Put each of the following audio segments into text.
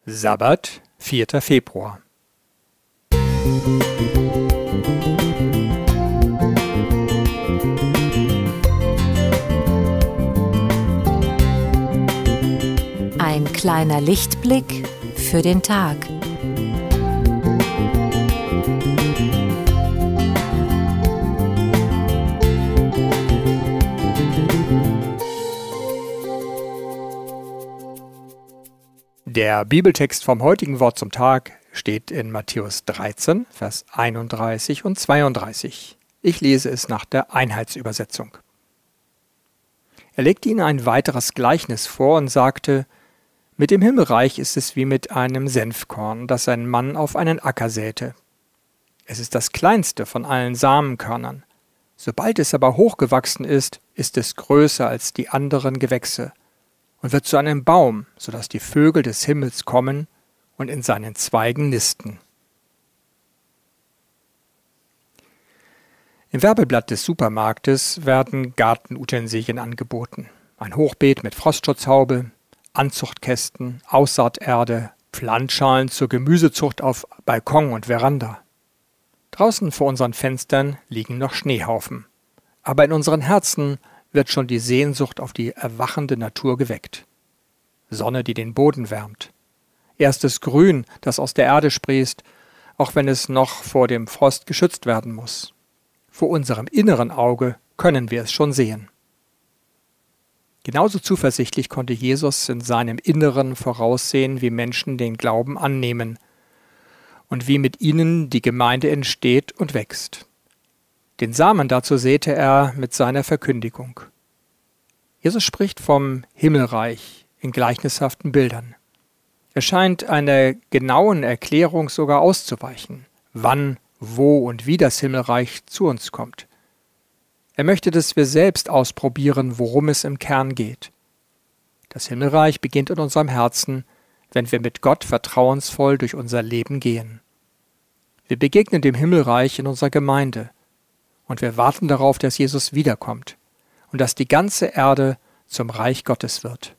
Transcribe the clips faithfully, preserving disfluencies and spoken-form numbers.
Sabbat, vierter Februar. Ein kleiner Lichtblick für den Tag. Der Bibeltext vom heutigen Wort zum Tag steht in Matthäus dreizehn, Vers einunddreißig und zweiunddreißig. Ich lese es nach der Einheitsübersetzung. Er legte ihnen ein weiteres Gleichnis vor und sagte: Mit dem Himmelreich ist es wie mit einem Senfkorn, das ein Mann auf einen Acker säte. Es ist das kleinste von allen Samenkörnern. Sobald es aber hochgewachsen ist, ist es größer als die anderen Gewächse und wird zu einem Baum, sodass die Vögel des Himmels kommen und in seinen Zweigen nisten. Im Werbeblatt des Supermarktes werden Gartenutensilien angeboten. Ein Hochbeet mit Frostschutzhaube, Anzuchtkästen, Aussaaterde, Pflanzschalen zur Gemüsezucht auf Balkon und Veranda. Draußen vor unseren Fenstern liegen noch Schneehaufen. Aber in unseren Herzen wird schon die Sehnsucht auf die erwachende Natur geweckt. Sonne, die den Boden wärmt. Erstes Grün, das aus der Erde sprießt, auch wenn es noch vor dem Frost geschützt werden muss. Vor unserem inneren Auge können wir es schon sehen. Genauso zuversichtlich konnte Jesus in seinem Inneren voraussehen, wie Menschen den Glauben annehmen und wie mit ihnen die Gemeinde entsteht und wächst. Den Samen dazu säte er mit seiner Verkündigung. Jesus spricht vom Himmelreich in gleichnishaften Bildern. Er scheint einer genauen Erklärung sogar auszuweichen, wann, wo und wie das Himmelreich zu uns kommt. Er möchte, dass wir selbst ausprobieren, worum es im Kern geht. Das Himmelreich beginnt in unserem Herzen, wenn wir mit Gott vertrauensvoll durch unser Leben gehen. Wir begegnen dem Himmelreich in unserer Gemeinde und wir warten darauf, dass Jesus wiederkommt und dass die ganze Erde zum Reich Gottes wird.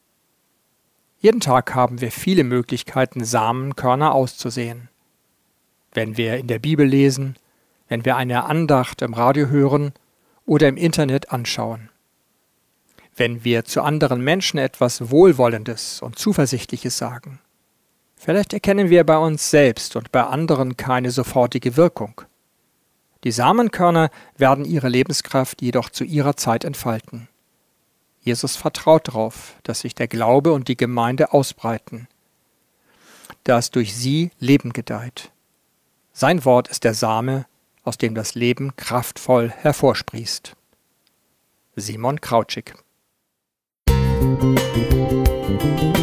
Jeden Tag haben wir viele Möglichkeiten, Samenkörner auszusehen. Wenn wir in der Bibel lesen, wenn wir eine Andacht im Radio hören oder im Internet anschauen. Wenn wir zu anderen Menschen etwas Wohlwollendes und Zuversichtliches sagen. Vielleicht erkennen wir bei uns selbst und bei anderen keine sofortige Wirkung. Die Samenkörner werden ihre Lebenskraft jedoch zu ihrer Zeit entfalten. Jesus vertraut darauf, dass sich der Glaube und die Gemeinde ausbreiten, dass durch sie Leben gedeiht. Sein Wort ist der Same, aus dem das Leben kraftvoll hervorsprießt. Simon Krautschik.